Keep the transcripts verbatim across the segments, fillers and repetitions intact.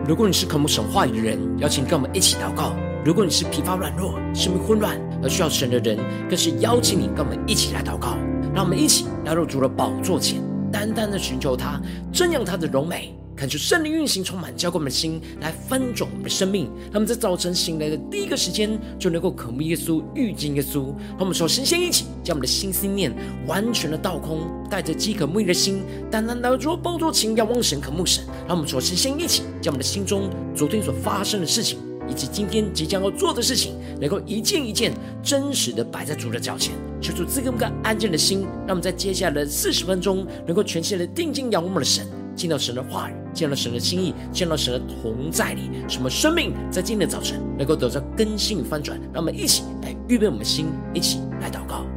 如果你是渴慕神话语的人，邀请跟我们一起祷告；如果你是疲乏软弱、生命混乱而需要神的人，更是邀请你跟我们一起来祷告。让我们一起来到主的宝座前，单单的寻求他，瞻仰他的荣美，恳求圣灵运行充满浇灌我们的心，来翻转我们的生命。让我们在早晨醒来的第一个时间就能够渴慕耶稣，遇见耶稣。让我们首先先一起将我们的心思念完全的倒空，带着饥渴沐浴的心，单单来到主的宝座前，仰望神，渴慕神。让我们首先先一起将我们的心中昨天所发生的事情，以及今天即将要做的事情，能够一件一件真实的摆在主的脚前，求主赐给我们个安静的心，让我们在接下来的四十分钟能够全心的定睛仰望我们的神，见到神的话语，见到神的心意，见到神的同在里，使我们生命在今天的早晨能够得到更新与翻转。让我们一起来预备我们的心，一起来祷告。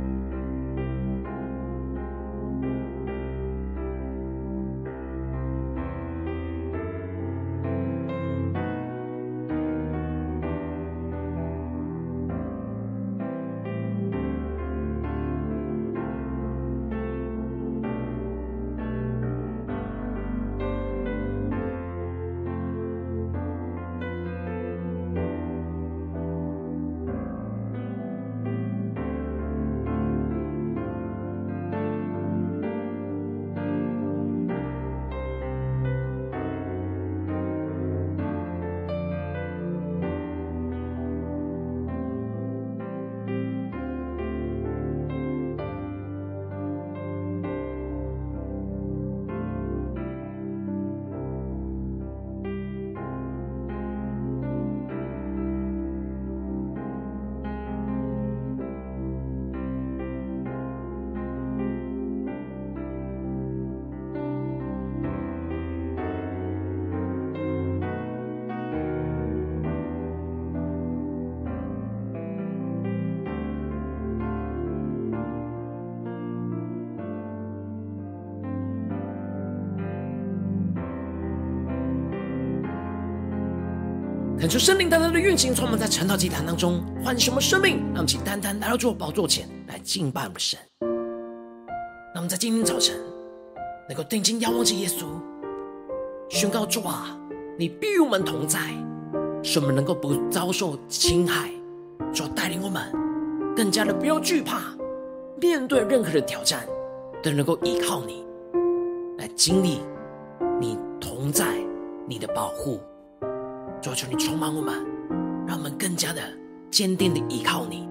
恳求圣灵单单的运行，充满在晨祷祭坛当中，唤醒我们生命。让我们请单单来到主的宝座前来敬拜我们的神。让我们在今天早晨能够定睛仰望着耶稣，宣告主啊，你必与我们同在，使我们能够不遭受侵害。主带领我们更加的不要惧怕，面对任何的挑战都能够依靠你，来经历你同在，你的保护。主啊，求你充满我们，让我们更加的坚定的依靠你。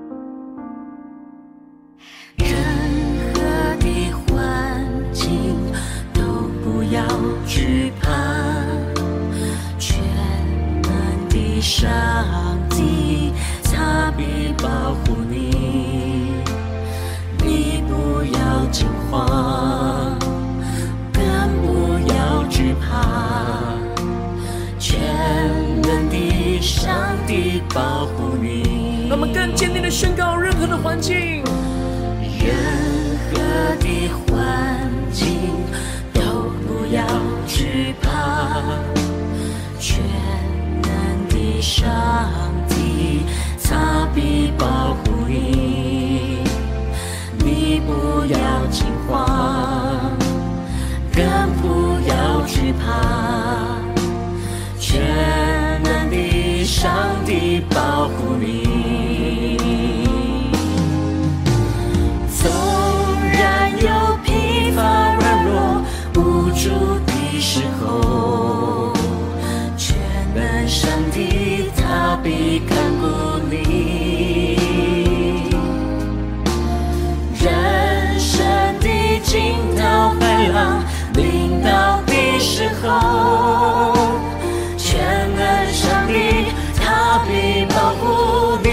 任何的环境都不要惧怕，全能的上帝他必保护你，你不要惊慌，更不要惧怕，全能的上帝保护你。 让我们更坚定的宣告，任何的环境， 任何的环境都不要惧怕，全能的上帝他必保护你，你不要惊慌，更不要惧怕，全能的上帝保护你。纵然有疲乏软弱无助的时候，全能上帝他必看顾你。人生的惊涛骇浪临到的时候，全能上帝他必保护你，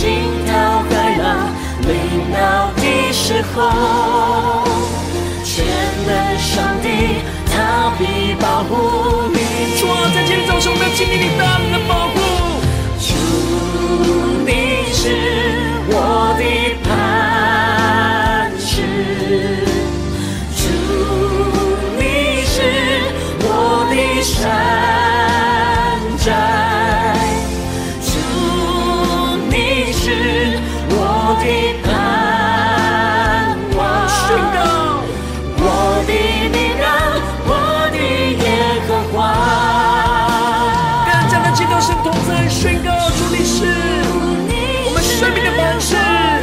惊涛骇浪临到的时候，全能上帝他必保护你。 主啊，在今天早上我们要经历你大能的保护。 主，你是我的磐石，主，你是我的山寨，主，你是我的盼望。 宣告我的力量，我的耶和华。 更加的敬拜神同在，宣告主你是我们生命的磐石，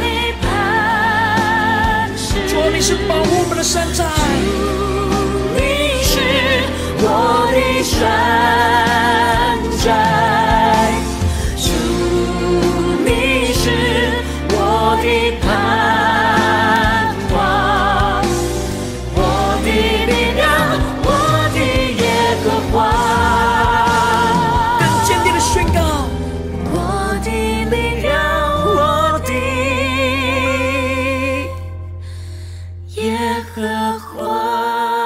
主你是保护我们的山寨， 你是我的山寨，主你是我的盼望，我的力量，我的耶和华。 更坚定的宣告， 我的力量，我的耶和华。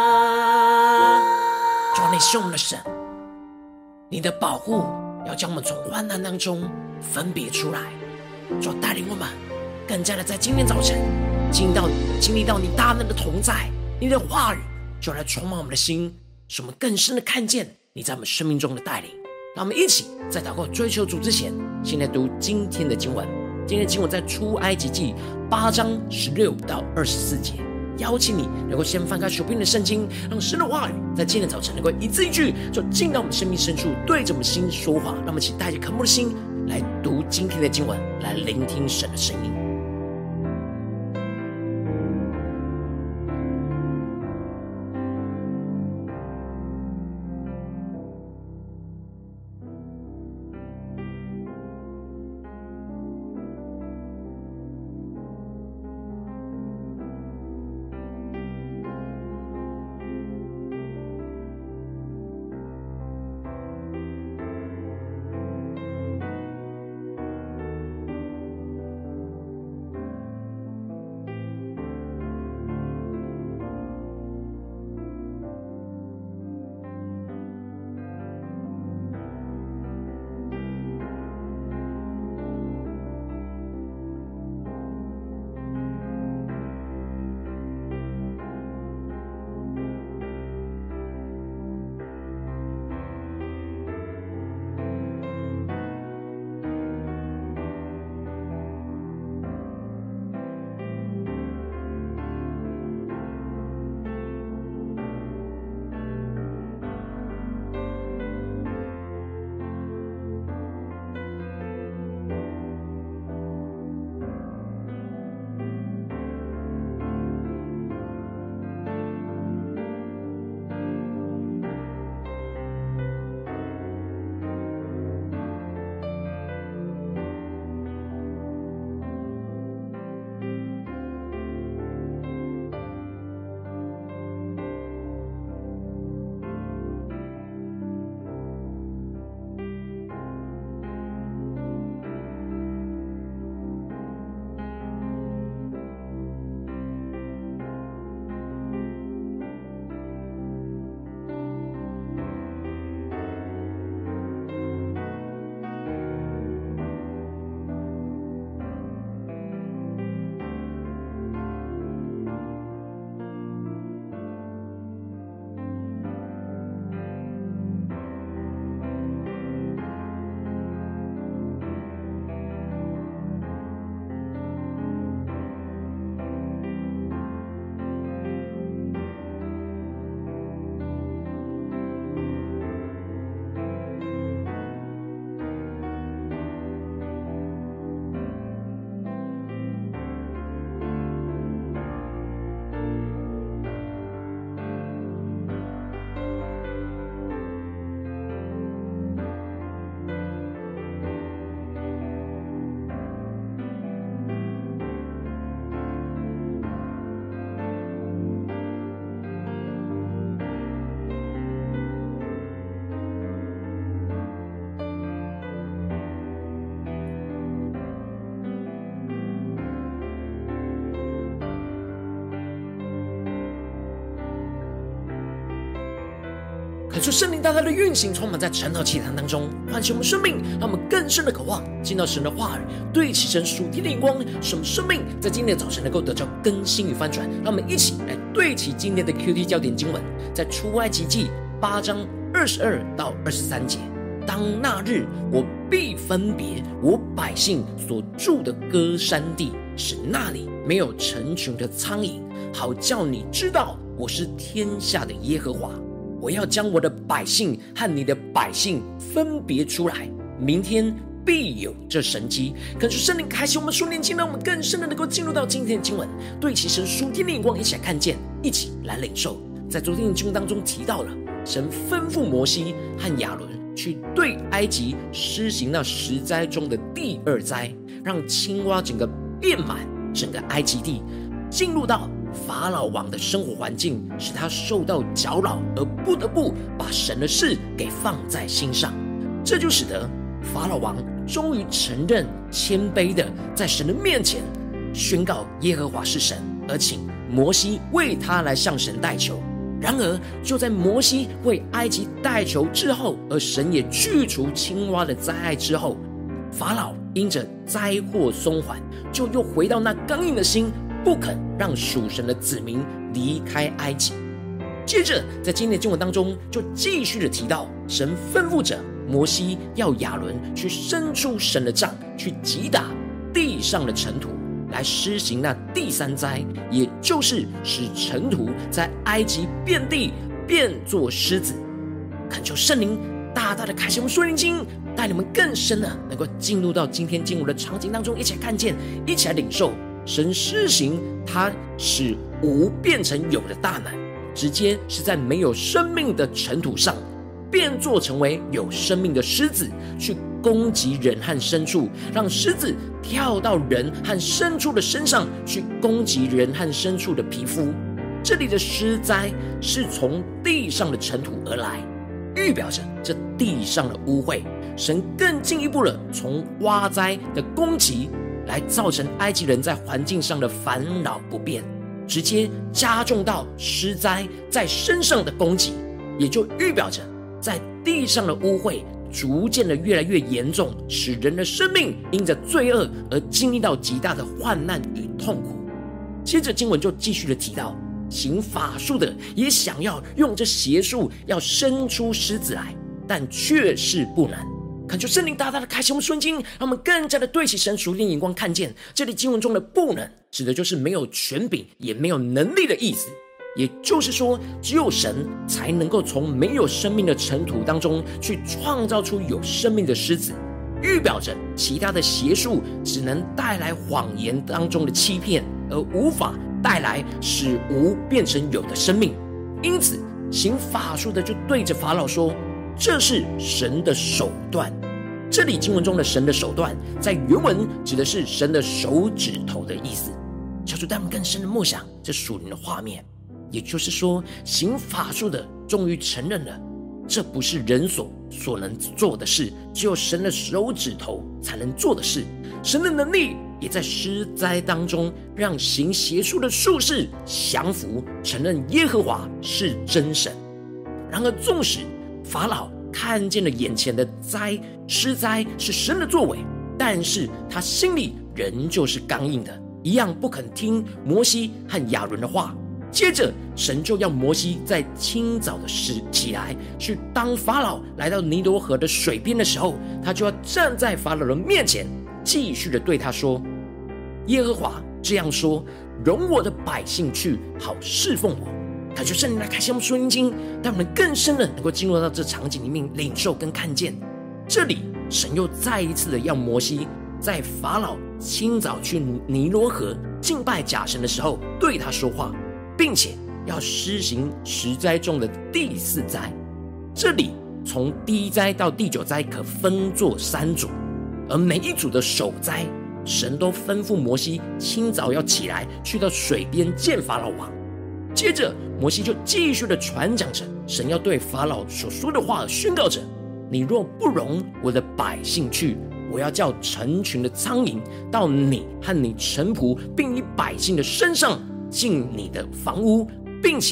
主你是我们的神，你的保护要将我们从患难当中分别出来，主带领我们更加的在今天早晨经历到经历到你大能的同在，你的话语就来充满我们的心，使我们更深的看见你在我们生命中的带领。让我们一起在祷告追求主之前，先来读今天的经文。今天的经文在出埃及记八章十六到二十四节。邀请你能够先翻开手边的圣经，让神的话语在今天早晨能够一字一句就进到我们生命深处，对着我们心说话。让我们一起带着渴慕的心来读今天的经文，来聆听神的声音。 求圣灵大大的运行，充满在晨祷祈坛当中，唤醒我们生命，让我们更深的渴望进到神的话语，对齐神属天的眼光，使我们生命在今天的早晨能够得到更新与翻转。让我们一起来对齐今天的 Q T 焦点经文，在出埃及记八章二十二到二十三节。当那日，我必分别我百姓所住的歌山地，使那里没有成群的苍蝇，好叫你知道我是天下的耶和华。我要将我的百姓和你的百姓分别出来，明天必有这神迹。恳求圣灵开启我们属灵经，让我们更深的能够进入到今天的经文，对其神属天的眼光一起来看见，一起来领受。在昨天的经文当中提到了，神吩咐摩西和亚伦去对埃及施行那十灾中的第二灾，让青蛙整个遍满整个埃及地，进入到法老王的生活环境，使他受到搅扰，而不得不把神的事给放在心上。这就使得法老王终于承认谦卑的在神的面前宣告耶和华是神，而请摩西为他来向神代求。然而就在摩西为埃及代求之后，而神也去除青蛙的灾害之后，法老因着灾祸松缓，就又回到那刚硬的心，不肯让属神的子民离开埃及。接着在今天的经文当中就继续的提到，神吩咐着摩西要亚伦去伸出神的杖，去击打地上的尘土，来施行那第三灾，也就是使尘土在埃及遍地变作狮子。恳求圣灵大大的开启我们属灵经，带你们更深的能够进入到今天经文的场景当中，一起来看见，一起来领受神施行他使无变成有的大能，直接是在没有生命的尘土上变作成为有生命的狮子，去攻击人和牲畜，让狮子跳到人和牲畜的身上，去攻击人和牲畜的皮肤。这里的狮灾是从地上的尘土而来，预表着这地上的污秽。神更进一步了，从蛙灾的攻击来造成埃及人在环境上的烦扰不便，直接加重到狮灾在身上的攻击，也就预表着在地上的污秽逐渐的越来越严重，使人的生命因着罪恶而经历到极大的患难与痛苦。接着经文就继续的提到，行法术的也想要用这邪术要生出狮子来，但却是不难。恳求圣灵大大的开启我们属灵经，让我们更加的对齐神属灵眼光，看见这里经文中的不能指的就是没有权柄也没有能力的意思。也就是说，只有神才能够从没有生命的尘土当中去创造出有生命的狮子，预表着其他的邪术只能带来谎言当中的欺骗，而无法带来使无变成有的生命。因此行法术的就对着法老说，这是神的手段。这里经文中的神的手段在原文指的是神的手指头的意思。求主带我们更深的默想这属灵的画面，也就是说，行法术的终于承认了，这不是人所所能做的事，只有神的手指头才能做的事。神的能力也在施灾当中，让行邪术的术士降服，承认耶和华是真神。然而，纵使法老看见了眼前的灾施灾是神的作为，但是他心里仍旧是刚硬的，一样不肯听摩西和亚伦的话。接着神就要摩西在清早的时起来，去当法老来到尼罗河的水边的时候，他就要站在法老的面前，继续的对他说，耶和华这样说，容我的百姓去，好侍奉我。感谢圣灵来开启我们属灵经，让我们更深的能够进入到这场景里面领受跟看见。这里神又再一次的要摩西在法老清早去尼罗河敬拜假神的时候对他说话，并且要施行十灾中的第四灾。这里从第一灾到第九灾可分作三组，而每一组的首灾神都吩咐摩西清早要起来，去到水边见法老王。接着摩西就继续的传讲着神要对法老所说的话，宣告着，你若不容我的百姓去，我要叫成群的苍蝇到你和你臣仆并你百姓的身上，进你的房屋，并且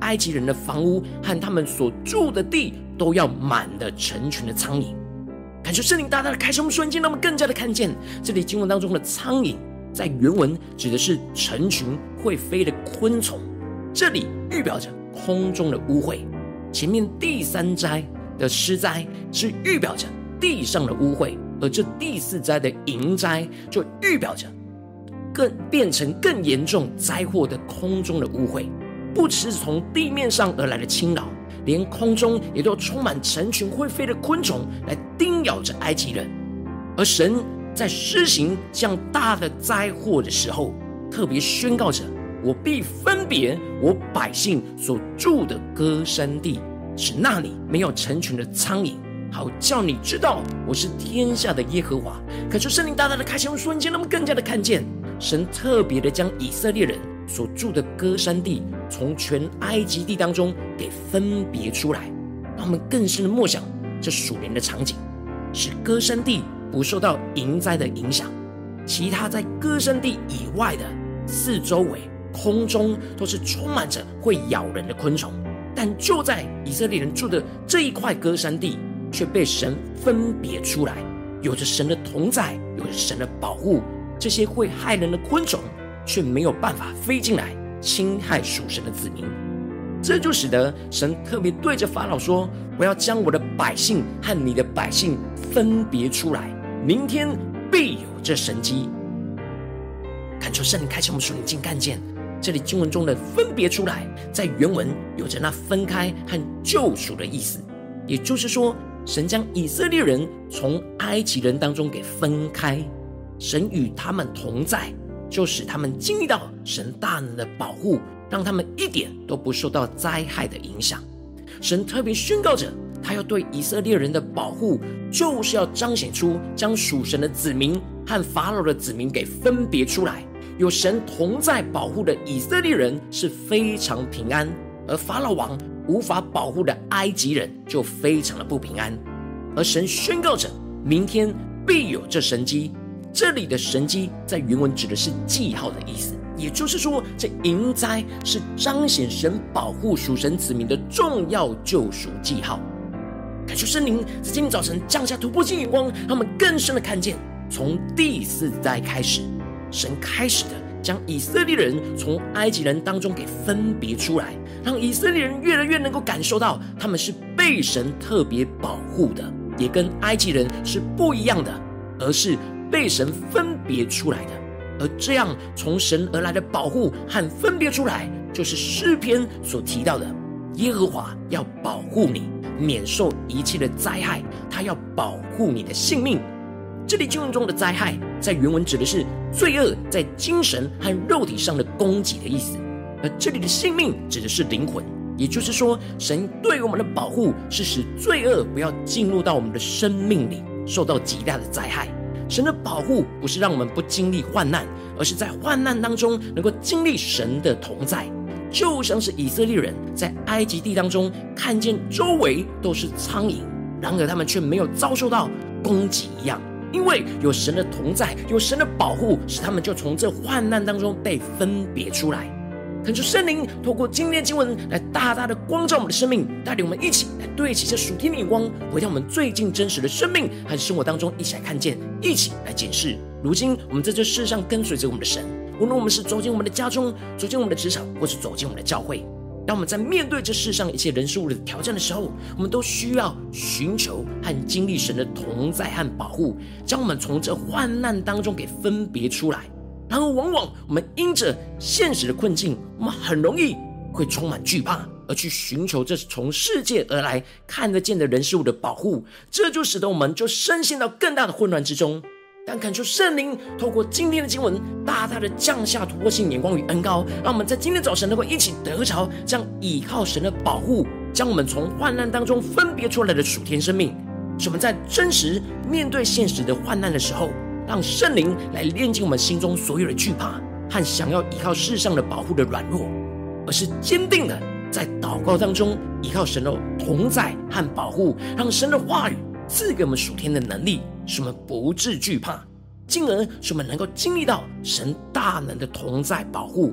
埃及人的房屋和他们所住的地都要满了成群的苍蝇。感谢圣灵大大的开启我们瞬间，让我们更加的看见这里经文当中的苍蝇，在原文指的是成群会飞的昆虫，这里预表着空中的污秽。前面第三灾的湿灾是预表着地上的污秽，而这第四灾的蝇灾就预表着更变成更严重灾祸的空中的污秽。不只是从地面上而来的侵扰，连空中也都充满成群会飞的昆虫来叮咬着埃及人。而神在施行这样大的灾祸的时候，特别宣告着：我必分别我百姓所住的歌珊地，使那里没有成群的苍蝇，好叫你知道我是天下的耶和华。可是圣灵大大的开启，瞬间，让我们更加的看见神特别的将以色列人所住的歌珊地从全埃及地当中给分别出来，让我们更深的默想这属灵的场景，使歌珊地不受到蝇灾的影响，其他在歌珊地以外的四周围空中都是充满着会咬人的昆虫，但就在以色列人住的这一块歌珊地却被神分别出来，有着神的同在，有着神的保护，这些会害人的昆虫却没有办法飞进来侵害属神的子民。这就使得神特别对着法老说：我要将我的百姓和你的百姓分别出来，明天必有这神迹。恳求圣灵开启我们属灵睛看见，这里经文中的分别出来，在原文有着那分开和救赎的意思。也就是说，神将以色列人从埃及人当中给分开，神与他们同在，就使他们经历到神大能的保护，让他们一点都不受到灾害的影响。神特别宣告着，他要对以色列人的保护，就是要彰显出将属神的子民和法老的子民给分别出来。有神同在保护的以色列人是非常平安，而法老王无法保护的埃及人就非常的不平安。而神宣告着，明天必有这神迹。这里的神迹在原文指的是记号的意思，也就是说，这蝇灾是彰显神保护属神子民的重要救赎记号。感谢圣灵在今天早晨降下突破性眼光，让我们更深的看见，从第四灾开始，神开始的将以色列人从埃及人当中给分别出来，让以色列人越来越能够感受到他们是被神特别保护的，也跟埃及人是不一样的，而是被神分别出来的。而这样从神而来的保护和分别出来，就是诗篇所提到的，耶和华要保护你，免受一切的灾害，他要保护你的性命。这里经文中的灾害在原文指的是罪恶在精神和肉体上的攻击的意思，而这里的性命指的是灵魂。也就是说，神对我们的保护是使罪恶不要进入到我们的生命里，受到极大的灾害。神的保护不是让我们不经历患难，而是在患难当中能够经历神的同在，就像是以色列人在埃及地当中看见周围都是苍蝇，然而他们却没有遭受到攻击一样，因为有神的同在，有神的保护，使他们就从这患难当中被分别出来。恳求圣灵透过今天的经文来大大的光照我们的生命，带领我们一起来对齐这属天的眼光，回到我们最近真实的生命和生活当中，一起来看见，一起来检视。如今我们在这世上跟随着我们的神，无论我们是走进我们的家中，走进我们的职场，或是走进我们的教会，当我们在面对这世上一切人事物的挑战的时候，我们都需要寻求和经历神的同在和保护，将我们从这患难当中给分别出来。然而往往我们因着现实的困境，我们很容易会充满惧怕，而去寻求这从世界而来看得见的人事物的保护，这就使得我们就深陷到更大的混乱之中。但恳求圣灵透过今天的经文大大的降下突破性眼光与恩膏，让我们在今天早晨能够一起得着这样倚靠神的保护，将我们从患难当中分别出来的属天生命，使我们在真实面对现实的患难的时候，让圣灵来炼净我们心中所有的惧怕和想要依靠世上的保护的软弱，而是坚定的在祷告当中依靠神的同在和保护，让神的话语赐给我们属天的能力，使我们不致惧怕，进而使我们能够经历到神大能的同在保护，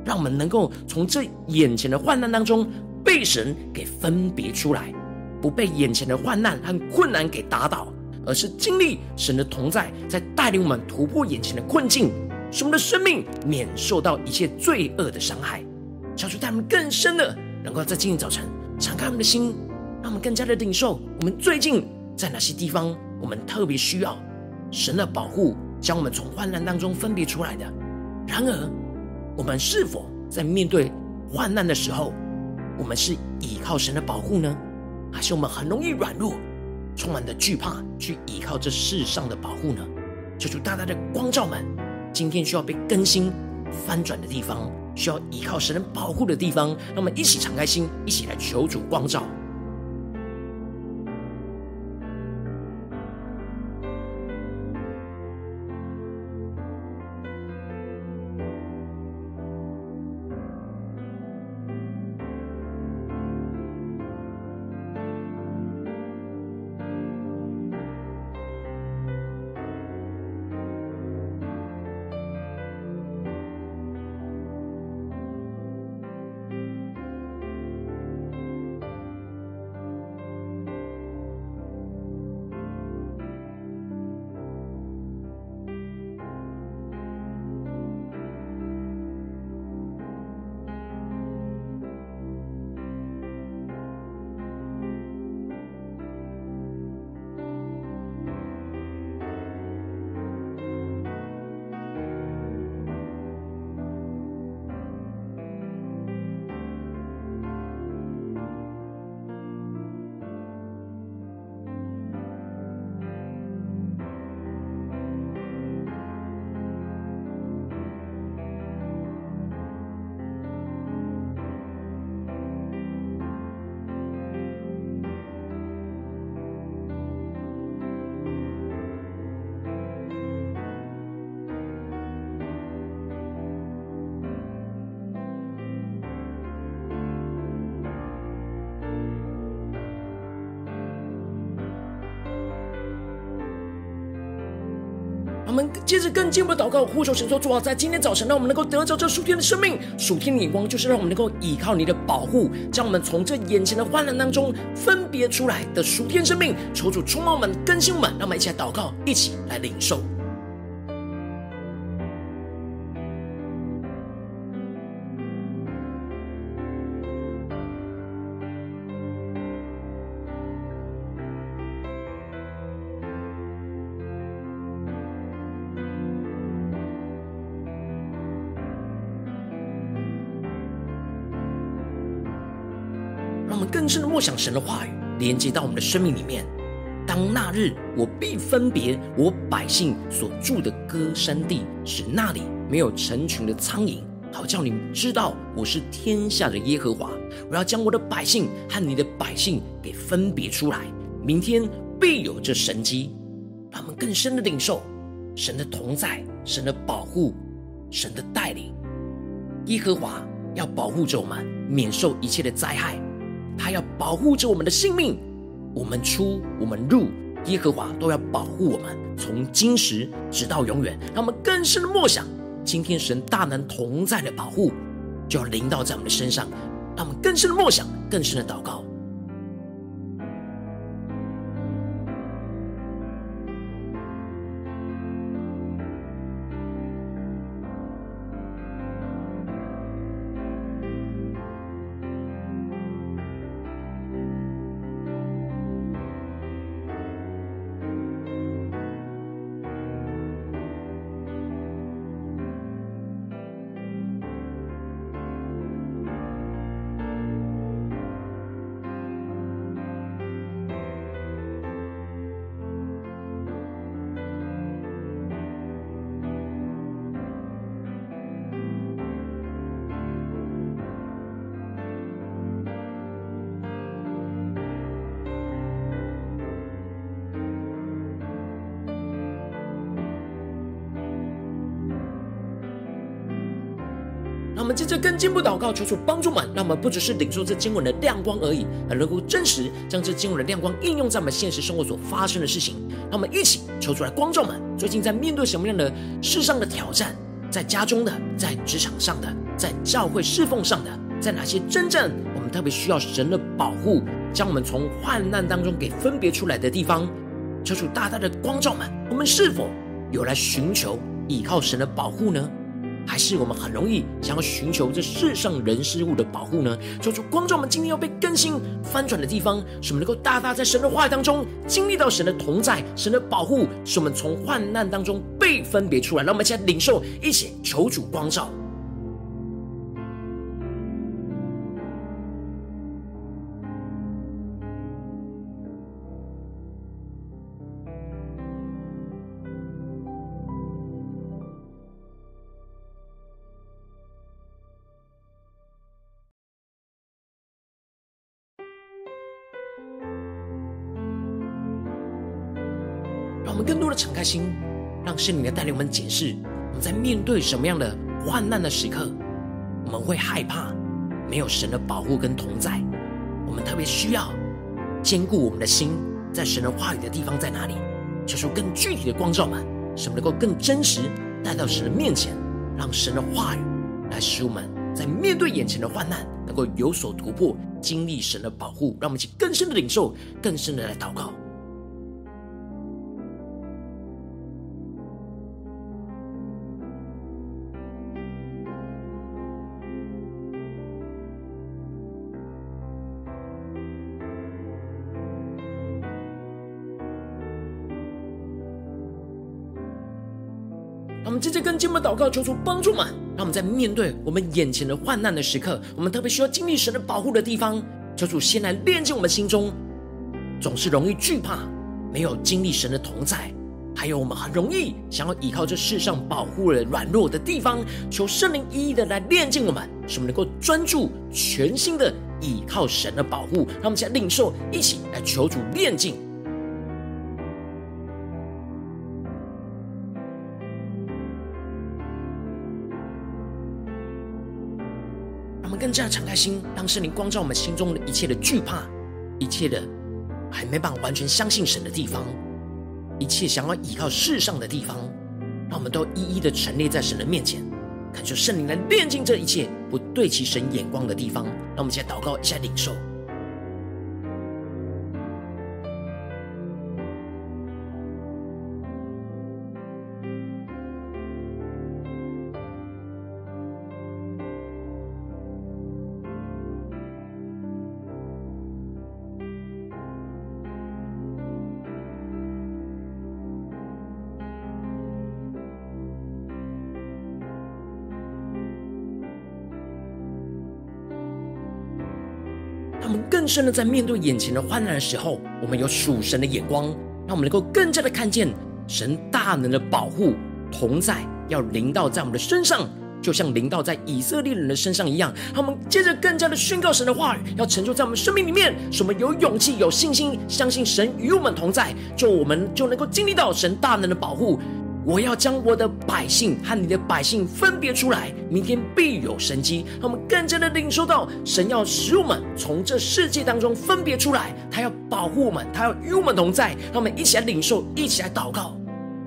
让我们能够从这眼前的患难当中被神给分别出来，不被眼前的患难和困难给打倒，而是经历神的同在，在带领我们突破眼前的困境，使我们的生命免受到一切罪恶的伤害。求主带我们更深的能够在今天早晨敞开我们的心，让我们更加的领受我们最近在哪些地方我们特别需要神的保护，将我们从患难当中分别出来的。然而我们是否在面对患难的时候，我们是依靠神的保护呢？还是我们很容易软弱，充满的惧怕，去依靠这世上的保护呢？求主大大的光照们，今天需要被更新翻转的地方，需要依靠神的保护的地方，让我们一起敞开心，一起来求主光照。我们接着更进一步的祷告，呼求神说：主啊，在今天早晨让我们能够得着这属天的生命。属天的眼光就是让我们能够依靠你的保护，将我们从这眼前的患难当中分别出来的属天生命。求主充满我们，更新我们，让我们一起来祷告，一起来领受。让我们更深的默想神的话语，连接到我们的生命里面。当那日，我必分别我百姓所住的歌山地，使那里没有成群的苍蝇，好叫你们知道我是天下的耶和华。我要将我的百姓和你的百姓给分别出来，明天必有这神迹。让我们更深的领受神的同在，神的保护，神的带领。耶和华要保护着我们，免受一切的灾害。他要保护着我们的性命，我们出我们入，耶和华都要保护我们，从今时直到永远。让我们更深的默想，今天神大能同在的保护就要临到在我们的身上。让我们更深的默想，更深的祷告。让我们接着更进一步祷告，求主帮助我们，让我们不只是领受这经文的亮光而已，而能够真实将这经文的亮光应用在我们现实生活所发生的事情。让我们一起求主来光照我们，最近在面对什么样的世上的挑战， 在家中的，在职场上的，在教会侍奉上的，在哪些真正我们特别需要神的保护，将我们从患难当中给分别出来的地方，求主大大的光照们，我们是否有来寻求依靠神的保护呢？还是我们很容易想要寻求这世上人事物的保护呢？求主光照我们今天要被更新翻转的地方，使我们能够大大在神的话语当中经历到神的同在，神的保护，使我们从患难当中被分别出来。让我们一起来领受，一起求主光照。让我们更多的敞开心，让圣灵来带领我们解释，我们在面对什么样的患难的时刻，我们会害怕没有神的保护跟同在。我们特别需要坚固我们的心，在神的话语的地方在哪里？求出更具体的光照们，使我们能够更真实带到神的面前，让神的话语来使我们在面对眼前的患难能够有所突破，经历神的保护。让我们一起更深的领受，更深的来祷告。让我们接着跟经文祷告，求主帮助们，让我们在面对我们眼前的患难的时刻，我们特别需要经历神的保护的地方，求主先来炼净我们心中总是容易惧怕没有经历神的同在，还有我们很容易想要依靠这世上保护的软弱的地方，求圣灵一一的来炼净我们，使我们能够专注全心的依靠神的保护。让我们一起来领受，一起来求主炼净。更加敞开心，让圣灵光照我们心中的一切的惧怕，一切的还没办法完全相信神的地方，一切想要依靠世上的地方，让我们都一一的陈列在神的面前，恳求圣灵来炼净这一切不对齐神眼光的地方。让我们一起来祷告，一起来领受。让我们更深的在面对眼前的患难的时候，我们有属神的眼光，让我们能够更加的看见神大能的保护同在要临到在我们的身上，就像临到在以色列人的身上一样。让我们接着更加的宣告神的话语要成就在我们生命里面，使我们有勇气有信心，相信神与我们同在，就我们就能够经历到神大能的保护。我要将我的百姓和你的百姓分别出来，明天必有神迹。让我们更加的领受到神要使我们从这世界当中分别出来，他要保护我们，他要与我们同在。让我们一起来领受，一起来祷告。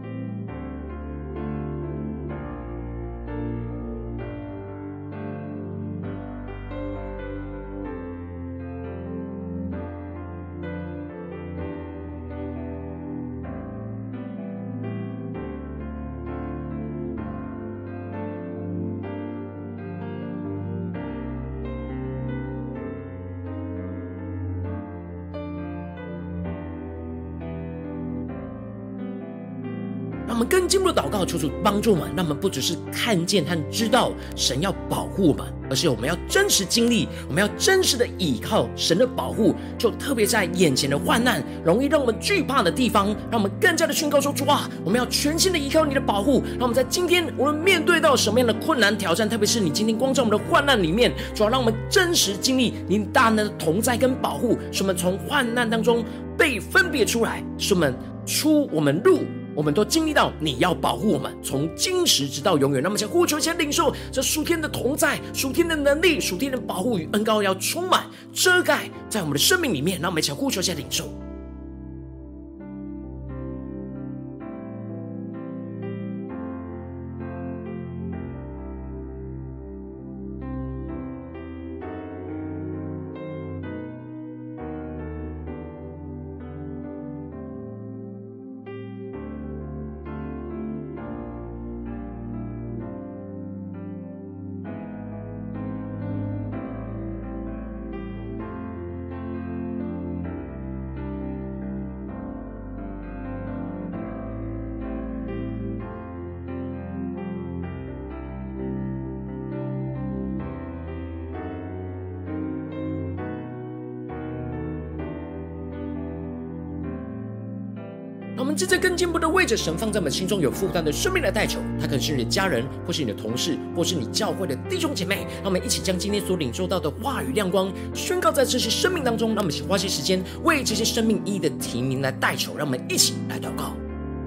让我们更进一步的祷告，求主帮助我们，让我们不只是看见和知道神要保护我们，而是我们要真实经历，我们要真实的依靠神的保护，就特别在眼前的患难容易让我们惧怕的地方，让我们更加的宣告说，主啊，我们要全心的依靠你的保护。让我们在今天无论面对到什么样的困难挑战，特别是你今天光在我们的患难里面，主要让我们真实经历你大能的同在跟保护，使我们从患难当中被分别出来，使我们出我们入我们都经历到你要保护我们，从今时直到永远。那么想呼求，先领受这属天的同在、属天的能力、属天的保护与恩膏，要充满遮盖在我们的生命里面。那我们想呼求，先领受。 让我们接着更进一步的为着神放在我们心中有负担的生命来代求，他可能是你的家人，或是你的同事，或是你教会的弟兄姐妹。让我们一起将今天所领受到的话语亮光宣告在这些生命当中。让我们一起花些时间为这些生命一一的提名来代求，让我们一起来祷告。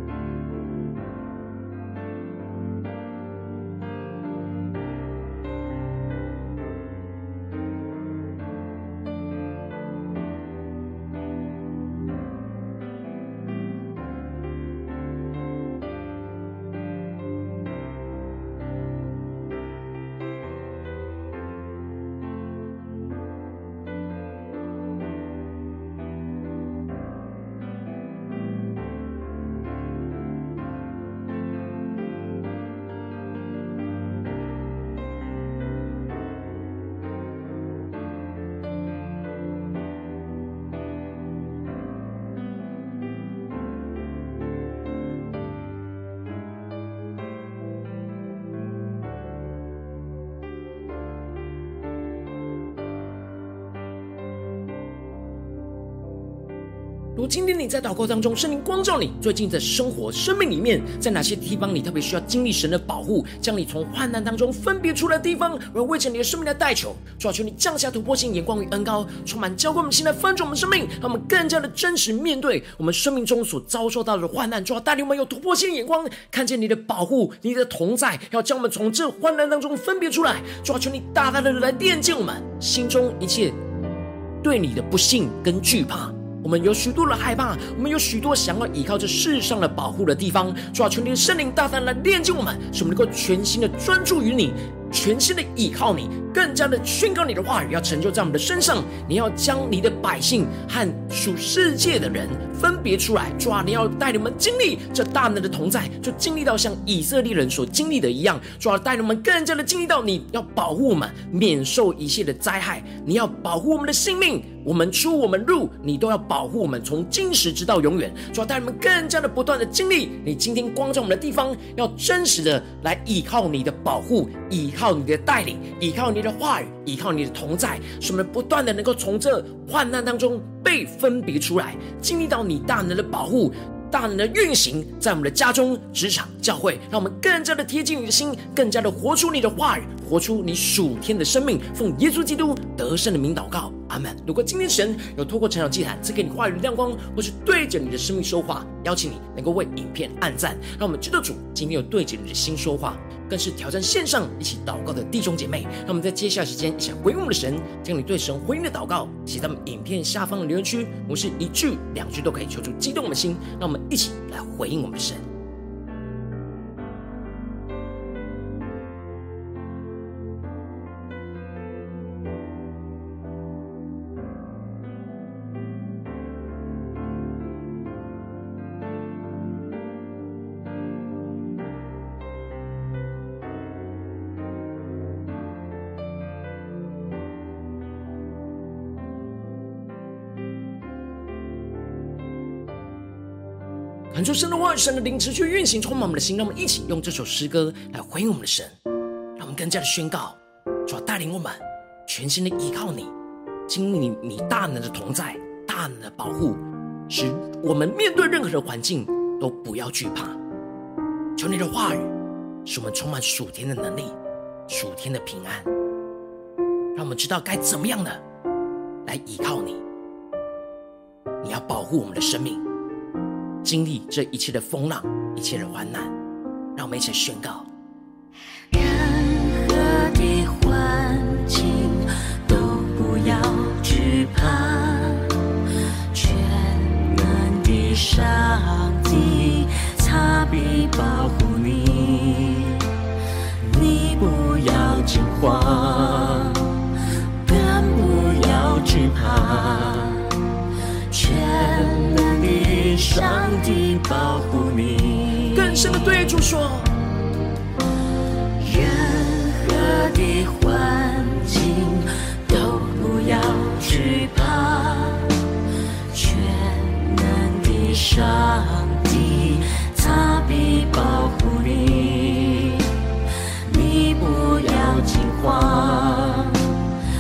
如今天你在祷告当中，圣灵光照你最近的生活生命里面，在哪些地方你特别需要经历神的保护，将你从患难当中分别出来的地方，而为着你的生命来代求。主啊，求你降下突破性眼光与恩膏，充满浇灌我们心来翻转我们生命，让我们更加的真实面对我们生命中所遭受到的患难。主啊，带领我们有突破性眼光，看见你的保护，你的同在，要将我们从这患难当中分别出来。主啊，求你大大的来炼净我们心中一切对你的不信跟惧怕。我们有许多的害怕，我们有许多想要依靠这世上的保护的地方。主啊，求你的圣灵大胆来炼净我们，使我们能够全心的专注于你，全心的依靠你，更加的宣告你的话语要成就在我们的身上。你要将你的百姓和属世界的人分别出来。主啊，你要带领我们经历这大能的同在，就经历到像以色列人所经历的一样。主啊，带领我们更加的经历到你要保护我们免受一切的灾害，你要保护我们的性命，我们出我们入，你都要保护我们从今时直到永远。主啊，带领我们更加的不断的经历你今天光照我们的地方，要真实的来依靠你的保护，依靠你的带领，依靠你的话语，依靠你的同在，使我们不断的能够从这患难当中被分别出来，经历到你大能的保护，大能的运行在我们的家中、职场、教会，让我们更加的贴近你的心，更加的活出你的话语，活出你属天的生命。奉耶稣基督得胜的名祷告，阿们。如果今天神有透过成长祭坛赐给你话语的亮光，或是对着你的生命说话，邀请你能够为影片按赞，让我们知道主今天有对着你的心说话，更是挑战线上一起祷告的弟兄姐妹。让我们在接下来时间一起回应我们的神，将你对神回应的祷告写在我们影片下方的留言区，我们是一句两句都可以求出激动我们的心，让我们一起来回应我们的神。恳求神的话语、神的灵持续运行，充满我们的心。让我们一起用这首诗歌来回应我们的神，让我们更加的宣告：主啊，带领我们全心的依靠你，经历你你大能的同在、大能的保护，使我们面对任何的环境都不要惧怕。求你的话语使我们充满属天的能力、属天的平安，让我们知道该怎么样的来依靠你。你要保护我们的生命，经历这一切的风浪，一切的患难。让我们一起宣告： 任何的环境都不要惧怕，全能的上帝他必保护你，你不要惊慌，更不要惧怕，全能的上帝保护你。 更深的对主说： 任何的环境都不要惧怕，全能的上帝他必保护你，你不要惊慌，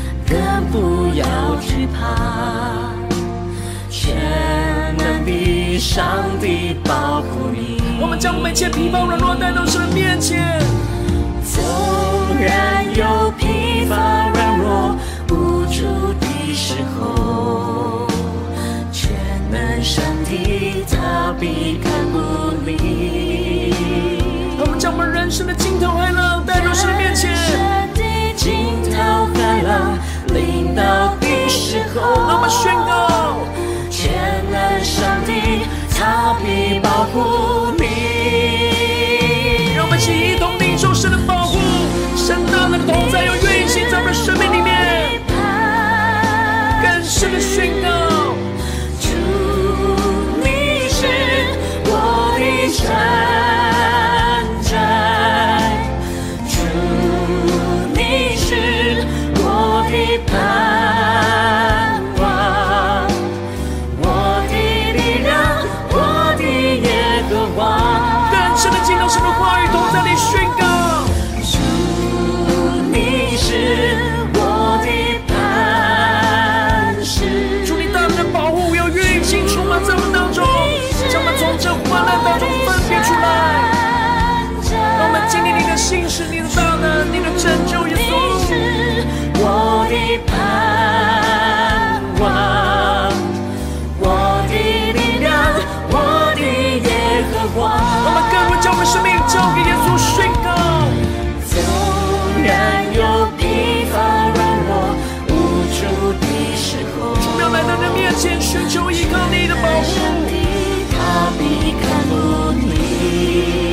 更不要惧怕，全能的上帝保护你。 我们将我们一切疲乏软弱带到神的面前。 纵然有疲乏软弱无助的时候，全能上帝他必看顾你。 我们将我们人生的惊涛骇浪带到神的面前。 人生的惊涛骇浪临到的时候， 让我们宣告， 全能上帝他必保护你。 让我们一起一同领受神的保护，神大能的同在又运行在我们的生命里面，更深的宣告， 主你是我的山寨，主你是我的盼望，我的力量，我的耶和华。 更深的进入神的话语同在里宣告， 主你是我的磐石， 主你大能的保护又运行充满在我们当中，将我们从这患难当中分别出来。让我们经历你的信实，你的大能，你的拯救，耶稣。 我的盼望，我的力量，我的耶和华。 我们更会将我们生命交给耶稣宣告。 纵然有疲乏软弱无助的时候， 主要来到你的面前，寻求依靠你的保护。 上帝他必看顾你。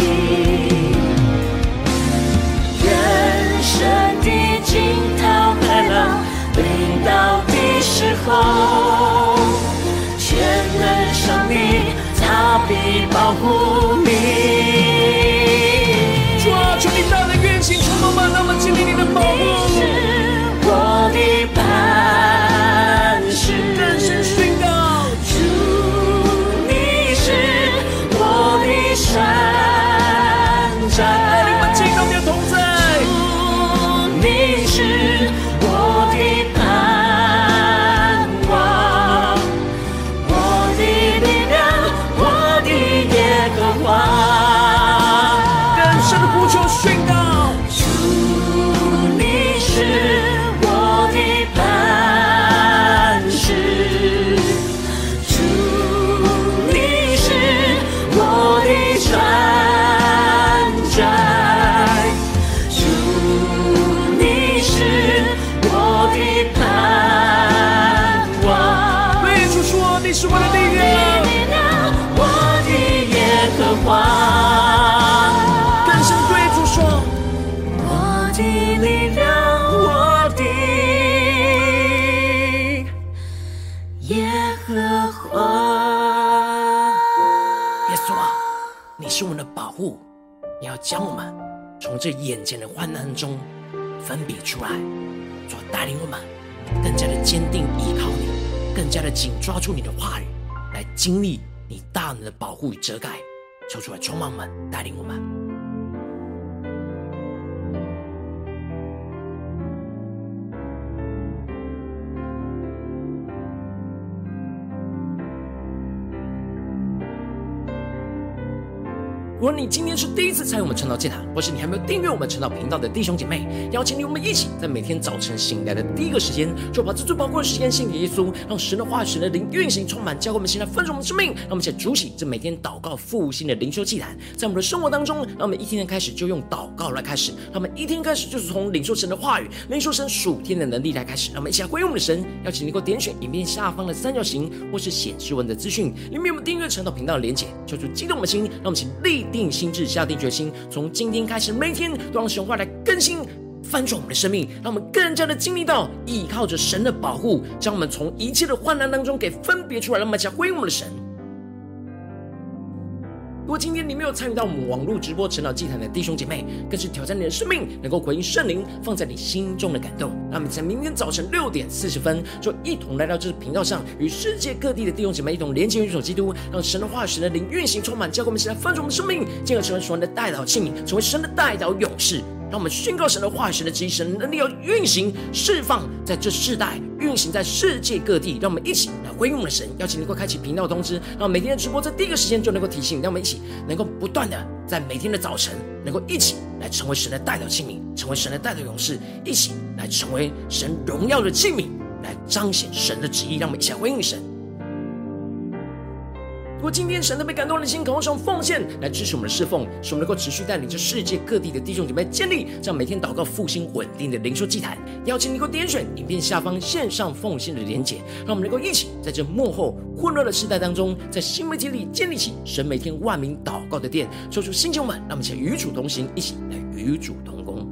人生的惊涛骇浪临到的时候，全能上帝他必保护你。 主啊，求你大能运行充满满，让我们经历你的保护。 我的磐石， 更深宣告， 主你是我的山寨， 带领我们进到你的同在。 主你是我的盼望，我的力量，我的耶和华。 更深的呼求宣告， 主你是我的磐石，主你是我的山寨，主你是我的盼望。 对主说，你是我的力量， 我的耶和华。 更深对主说， 我的力量，我的耶和华。 耶稣啊，你是我们的保护，你要将我们从这眼前的患难中分别出来，主带领我们更加的坚定依靠你，更加的紧抓住你的话语，来经历你大能的保护与遮盖。求主来充满我们，带领我们。如果你今天是第一次参与我们晨祷祭坛，或是你还没有订阅我们晨祷频道的弟兄姐妹，邀请你我们一起在每天早晨醒来的第一个时间，就把这最宝贵的时间献给耶稣，让神的话语、神的灵运行充满，教会我们现在分盛我们的生命。让我们一起来主起这每天祷告复兴的灵修祭坛，在我们的生活当中，让我们一天的开始就用祷告来开始，让我们一天开始就是从领受神的话语、领受神属天的能力来开始。让我们一起来回应我们的神，邀请你给我点选影片下方的三角形，或是显示文的资讯，里面有我们订阅晨祷频道的连结，求主激动我们的心，让我们请立定心志，下定决心，从今天开始，每一天都让神话来更新翻转我们的生命，让我们更加的经历到依靠着神的保护，将我们从一切的患难当中给分别出来，让我们一起来回应我们的神。如果今天你没有参与到我们网络直播晨祷祭坛的弟兄姐妹，更是挑战你的生命，能够回应圣灵放在你心中的感动。让我们在明天早晨六点四十分，就一同来到这频道上，与世界各地的弟兄姐妹一同连接元首基督，让神的话语、神的灵运行充满，教会我们现在翻转我们生命，进而成为神的代祷器皿，成为神的代祷勇士。 让我们宣告神的话语、神的旨意、神的能力要运行释放在这世代，运行在世界各地。让我们一起来回应我们的神。邀请能够开启频道通知，让每天的直播在第一个时间就能够提醒你，让我们一起能够不断的在每天的早晨能够一起来成为神的代表器皿，成为神的代表勇士，一起来成为神荣耀的器皿，来彰显神的旨意。让我们一起来回应神。如果今天神特别感动的心，渴望用奉献来支持我们的侍奉，使我们能够持续带领着世界各地的弟兄姐妹建立这样每天祷告复兴稳定的灵修祭坛。邀请你能够点选影片下方线上奉献的连结，让我们能够一起在这末后混乱的时代当中，在新媒体里建立起神每天万名祷告的殿。说出新旧们，让我们一起与主同行，一起来与主同工。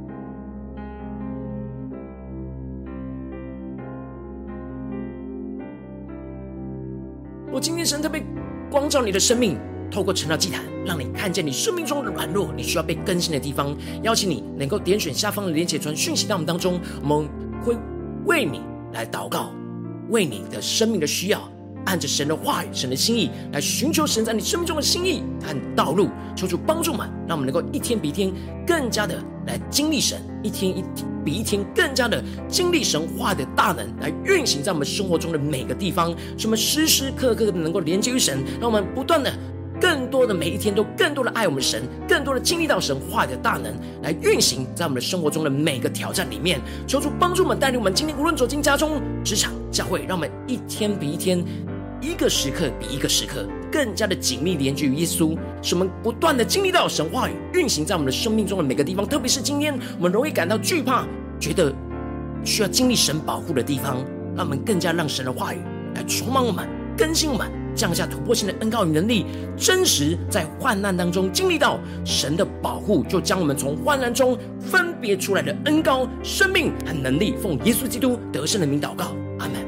若今天神特别光照你的生命，透过晨祷祭坛，让你看见你生命中的软弱，你需要被更新的地方。邀请你能够点选下方的连结，传讯息到我们当中，我们会为你来祷告，为你的生命的需要，按着神的话语、神的心意来寻求神在你生命中的心意和道路。求主帮助我们，让我们能够一天比一天更加的来经历神，一天一比一天更加的经历神话的大能，来运行在我们生活中的每个地方，使我们时时刻刻的能够连接于神，让我们不断的更多的每一天都更多的爱我们神，更多的经历到神话的大能，来运行在我们的生活中的每个挑战里面。求主帮助我们，带领我们今天无论走进家中、职场、教会，让我们一天比一天，一个时刻比一个时刻更加的紧密连接于耶稣，使我们不断的经历到神话语运行在我们的生命中的每个地方。特别是今天我们容易感到惧怕，觉得需要经历神保护的地方，让我们更加让神的话语来充满我们，更新我们，降下突破性的恩膏与能力，真实在患难当中经历到神的保护，就将我们从患难中分别出来的恩膏、生命和能力，奉耶稣基督得胜的名祷告，阿们。